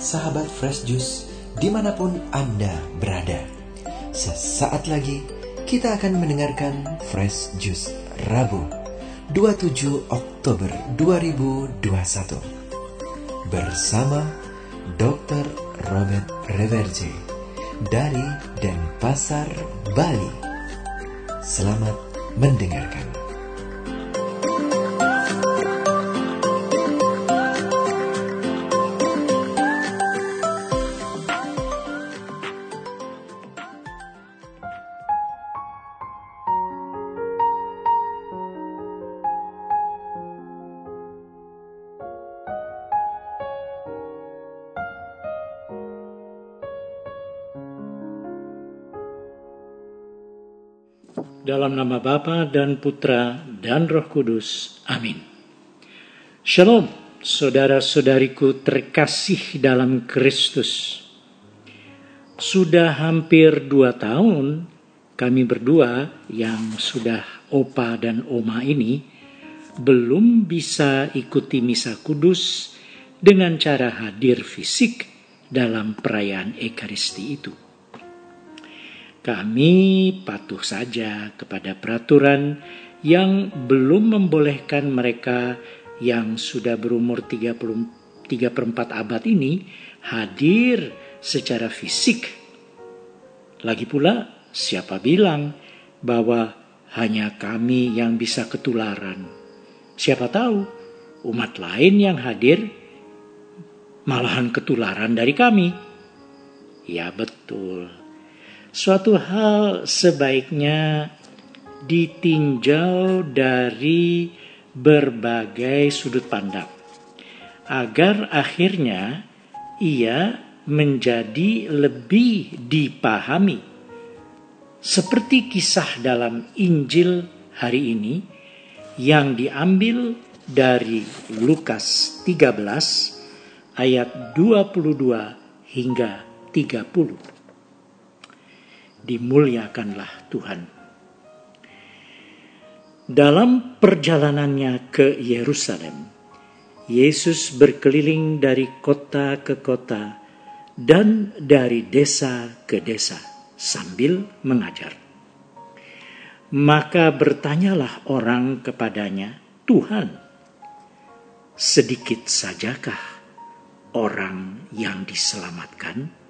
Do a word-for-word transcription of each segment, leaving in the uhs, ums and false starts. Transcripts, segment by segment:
sahabat Fresh Juice dimanapun Anda berada. Sesaat lagi kita akan mendengarkan Fresh Juice Rabu dua puluh tujuh Oktober dua ribu dua puluh satu bersama dokter Robert Reverje dari Denpasar, Bali. Selamat mendengarkan. Dalam nama Bapa dan Putra dan Roh Kudus. Amin. Shalom, saudara-saudariku terkasih dalam Kristus. Sudah hampir dua tahun kami berdua yang sudah opa dan oma ini belum bisa ikuti misa kudus dengan cara hadir fisik dalam perayaan Ekaristi itu. Kami patuh saja kepada peraturan yang belum membolehkan mereka yang sudah berumur tiga puluh tiga per empat abad ini hadir secara fisik. Lagi pula, siapa bilang bahwa hanya kami yang bisa ketularan? Siapa tahu umat lain yang hadir malahan ketularan dari kami. Ya betul. Suatu hal sebaiknya ditinjau dari berbagai sudut pandang, agar akhirnya ia menjadi lebih dipahami. Seperti kisah dalam Injil hari ini yang diambil dari Lukas tiga belas ayat dua puluh dua hingga tiga puluh. Dimuliakanlah Tuhan. Dalam perjalanannya ke Yerusalem, Yesus berkeliling dari kota ke kota dan dari desa ke desa sambil mengajar. Maka bertanyalah orang kepadanya, "Tuhan, sedikit sajakah orang yang diselamatkan?"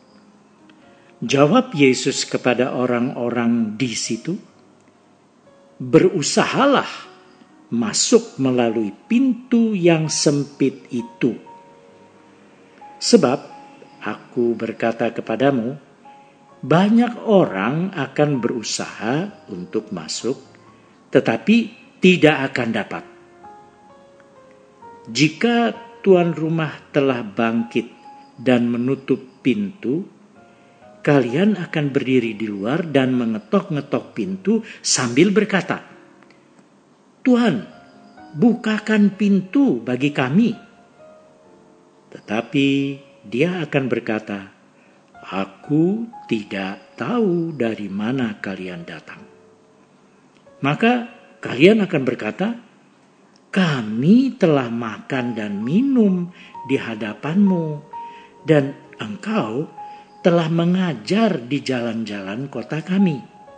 Jawab Yesus kepada orang-orang di situ, "Berusahalah masuk melalui pintu yang sempit itu. Sebab aku berkata kepadamu, banyak orang akan berusaha untuk masuk, tetapi tidak akan dapat. Jika tuan rumah telah bangkit dan menutup pintu, kalian akan berdiri di luar dan mengetok-ngetok pintu sambil berkata, 'Tuhan, bukakan pintu bagi kami.' Tetapi dia akan berkata, 'Aku tidak tahu dari mana kalian datang.' Maka kalian akan berkata, 'Kami telah makan dan minum di hadapanmu, dan engkau telah mengajar di jalan-jalan kota kami.'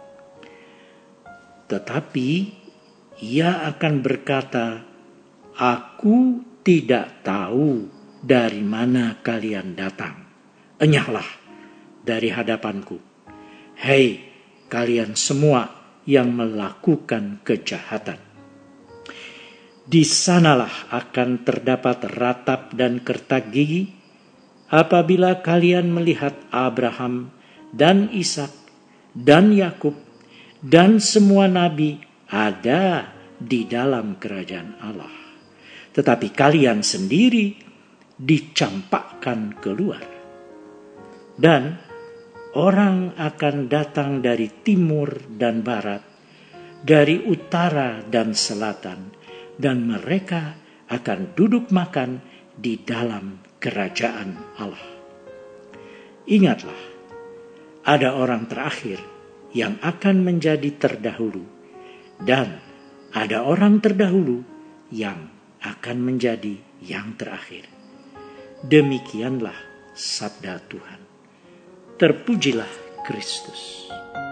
Tetapi ia akan berkata, 'Aku tidak tahu dari mana kalian datang. Enyahlah dari hadapanku, hei kalian semua yang melakukan kejahatan.' Di sanalah akan terdapat ratap dan kertak gigi apabila kalian melihat Abraham dan Ishak dan Yakub dan semua nabi ada di dalam kerajaan Allah, tetapi kalian sendiri dicampakkan keluar. Dan orang akan datang dari timur dan barat, dari utara dan selatan, dan mereka akan duduk makan di dalam kerajaan Allah. Ingatlah, ada orang terakhir yang akan menjadi terdahulu, dan ada orang terdahulu yang akan menjadi yang terakhir. Demikianlah sabda Tuhan. Terpujilah Kristus.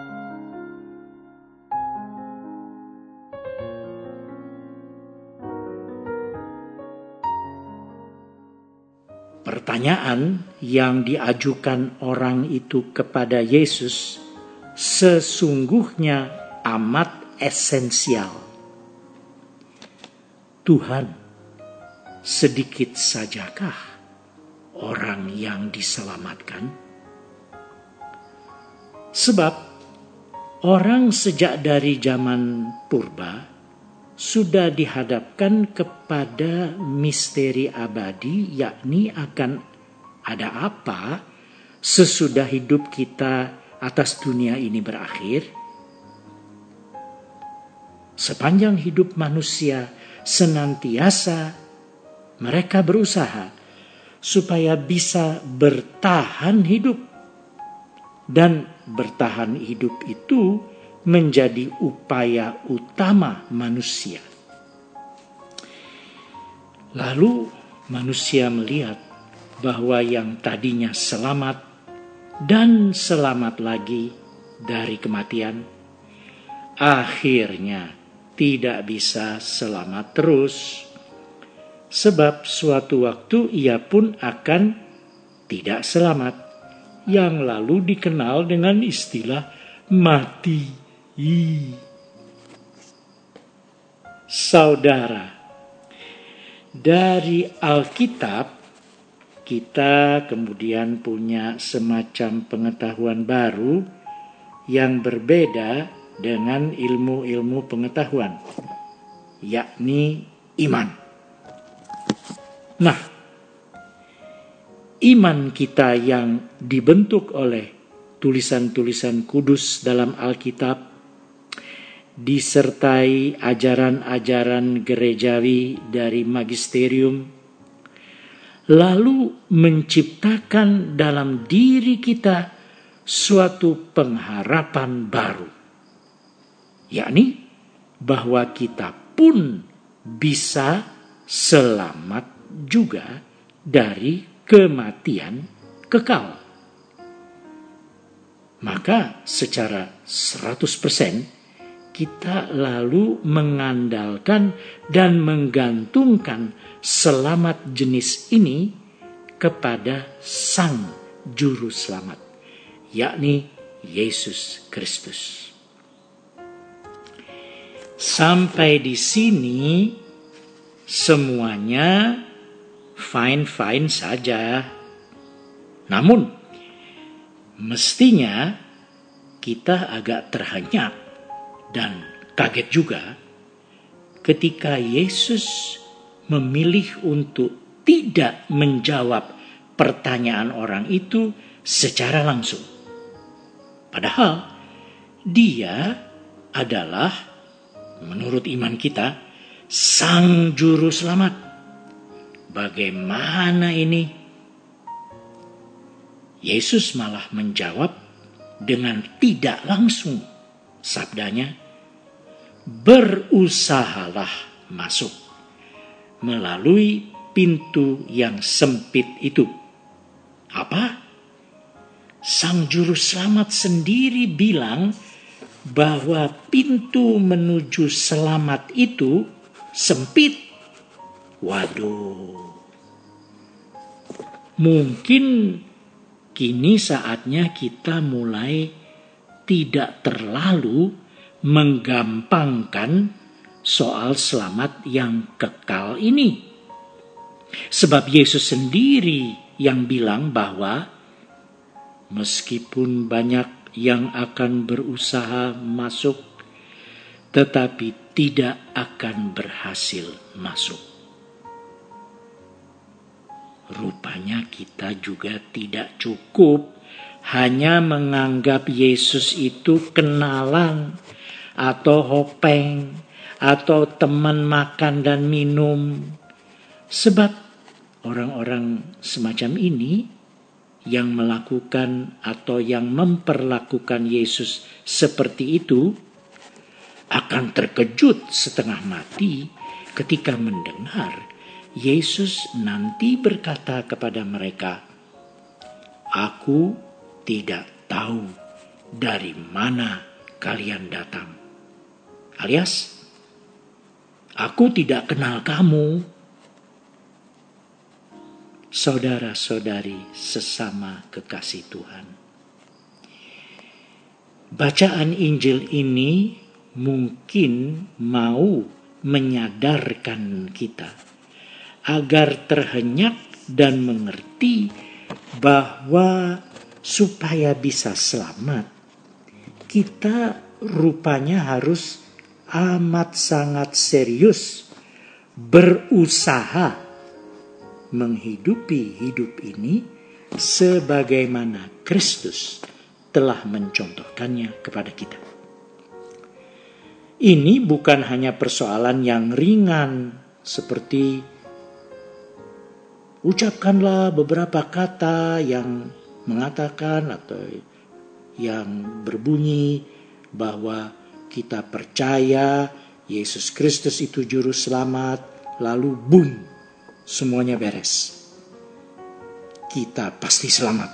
Pertanyaan yang diajukan orang itu kepada Yesus sesungguhnya amat esensial. Tuhan, sedikit sajakah orang yang diselamatkan? Sebab orang sejak dari zaman purba sudah dihadapkan kepada misteri abadi, yakni akan ada apa sesudah hidup kita atas dunia ini berakhir. Sepanjang hidup manusia senantiasa mereka berusaha supaya bisa bertahan hidup. Dan bertahan hidup itu menjadi upaya utama manusia. Lalu manusia melihat bahwa yang tadinya selamat dan selamat lagi dari kematian, akhirnya tidak bisa selamat terus. Sebab suatu waktu ia pun akan tidak selamat, yang lalu dikenal dengan istilah mati. Saudara, dari Alkitab kita kemudian punya semacam pengetahuan baru yang berbeda dengan ilmu-ilmu pengetahuan, yakni iman. Nah, iman kita yang dibentuk oleh tulisan-tulisan kudus dalam Alkitab disertai ajaran-ajaran gerejawi dari magisterium, lalu menciptakan dalam diri kita suatu pengharapan baru, yakni bahwa kita pun bisa selamat juga dari kematian kekal. Maka secara seratus persen kita lalu mengandalkan dan menggantungkan selamat jenis ini kepada Sang Juru Selamat, yakni Yesus Kristus. Sampai di sini semuanya fine-fine saja. Namun mestinya kita agak terhenyak dan kaget juga ketika Yesus memilih untuk tidak menjawab pertanyaan orang itu secara langsung. Padahal dia adalah, menurut iman kita, Sang Juru Selamat. Bagaimana ini? Yesus malah menjawab dengan tidak langsung. Sabdanya, berusahalah masuk melalui pintu yang sempit itu. Apa? Sang Juru Selamat sendiri bilang bahwa pintu menuju selamat itu sempit. Waduh. Mungkin kini saatnya kita mulai tidak terlalu menggampangkan soal selamat yang kekal ini. Sebab Yesus sendiri yang bilang bahwa meskipun banyak yang akan berusaha masuk, tetapi tidak akan berhasil masuk. Rupanya kita juga tidak cukup hanya menganggap Yesus itu kenalan atau hopeng atau teman makan dan minum. Sebab orang-orang semacam ini yang melakukan atau yang memperlakukan Yesus seperti itu akan terkejut setengah mati ketika mendengar Yesus nanti berkata kepada mereka, "Aku tidak tahu dari mana kalian datang." Alias, aku tidak kenal kamu. Saudara-saudari sesama kekasih Tuhan, bacaan Injil ini mungkin mau menyadarkan kita agar terhenyak dan mengerti bahwa supaya bisa selamat, kita rupanya harus amat sangat serius berusaha menghidupi hidup ini sebagaimana Kristus telah mencontohkannya kepada kita. Ini bukan hanya persoalan yang ringan seperti ucapkanlah beberapa kata yang mengatakan atau yang berbunyi bahwa kita percaya Yesus Kristus itu juru selamat, lalu boom, semuanya beres. Kita pasti selamat.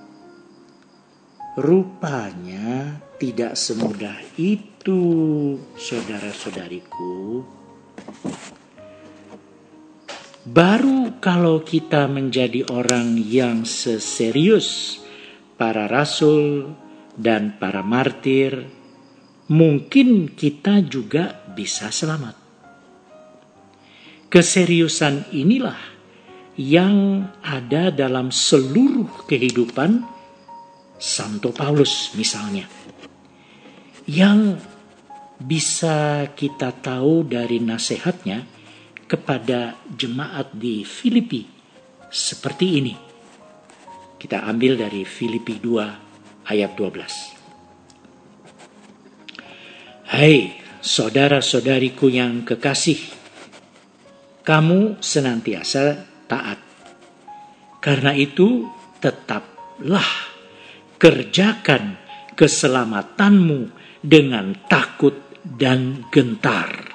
Rupanya tidak semudah itu, saudara-saudariku. Baru kalau kita menjadi orang yang seserius para rasul dan para martir, mungkin kita juga bisa selamat. Keseriusan inilah yang ada dalam seluruh kehidupan Santo Paulus misalnya, yang bisa kita tahu dari nasihatnya kepada jemaat di Filipi seperti ini. Kita ambil dari Filipi dua ayat dua belas. Hai saudara-saudariku yang kekasih, kamu senantiasa taat. Karena itu tetaplah kerjakan keselamatanmu dengan takut dan gentar.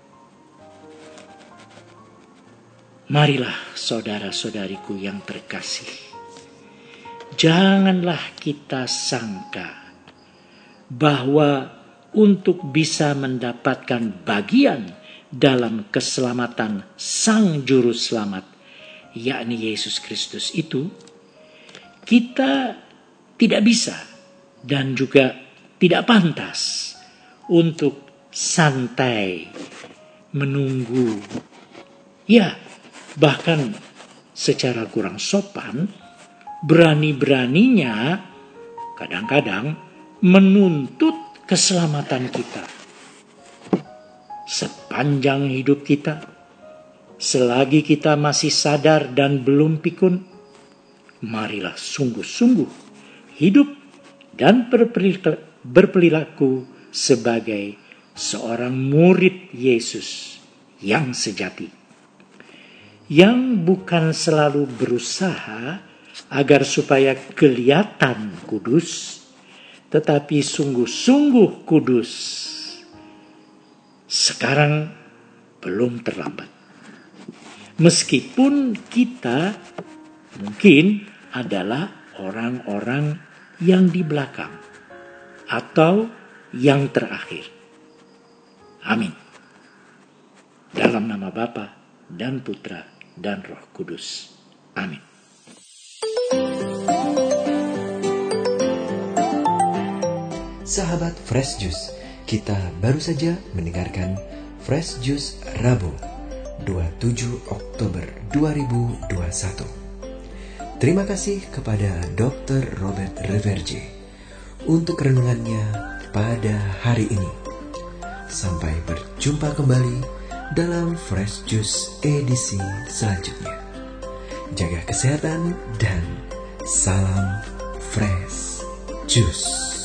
Marilah saudara-saudariku yang terkasih, janganlah kita sangka bahwa untuk bisa mendapatkan bagian dalam keselamatan Sang Juru Selamat, yakni Yesus Kristus itu, kita tidak bisa dan juga tidak pantas untuk santai menunggu. Ya, bahkan secara kurang sopan, berani-beraninya kadang-kadang menuntut keselamatan kita. Sepanjang hidup kita, selagi kita masih sadar dan belum pikun, marilah sungguh-sungguh hidup dan berperilaku sebagai seorang murid Yesus yang sejati, yang bukan selalu berusaha agar supaya kelihatan kudus, tetapi sungguh-sungguh kudus. Sekarang belum terlambat. Meskipun kita mungkin adalah orang-orang yang di belakang atau yang terakhir. Amin. Dalam nama Bapa dan Putra dan Roh Kudus. Amin. Sahabat Fresh Juice, kita baru saja mendengarkan Fresh Juice Rabu dua puluh tujuh Oktober dua ribu dua puluh satu. Terima kasih kepada dokter Robert Reverje untuk renungannya pada hari ini. Sampai berjumpa kembali dalam Fresh Juice edisi selanjutnya. Jaga kesehatan dan salam Fresh Juice.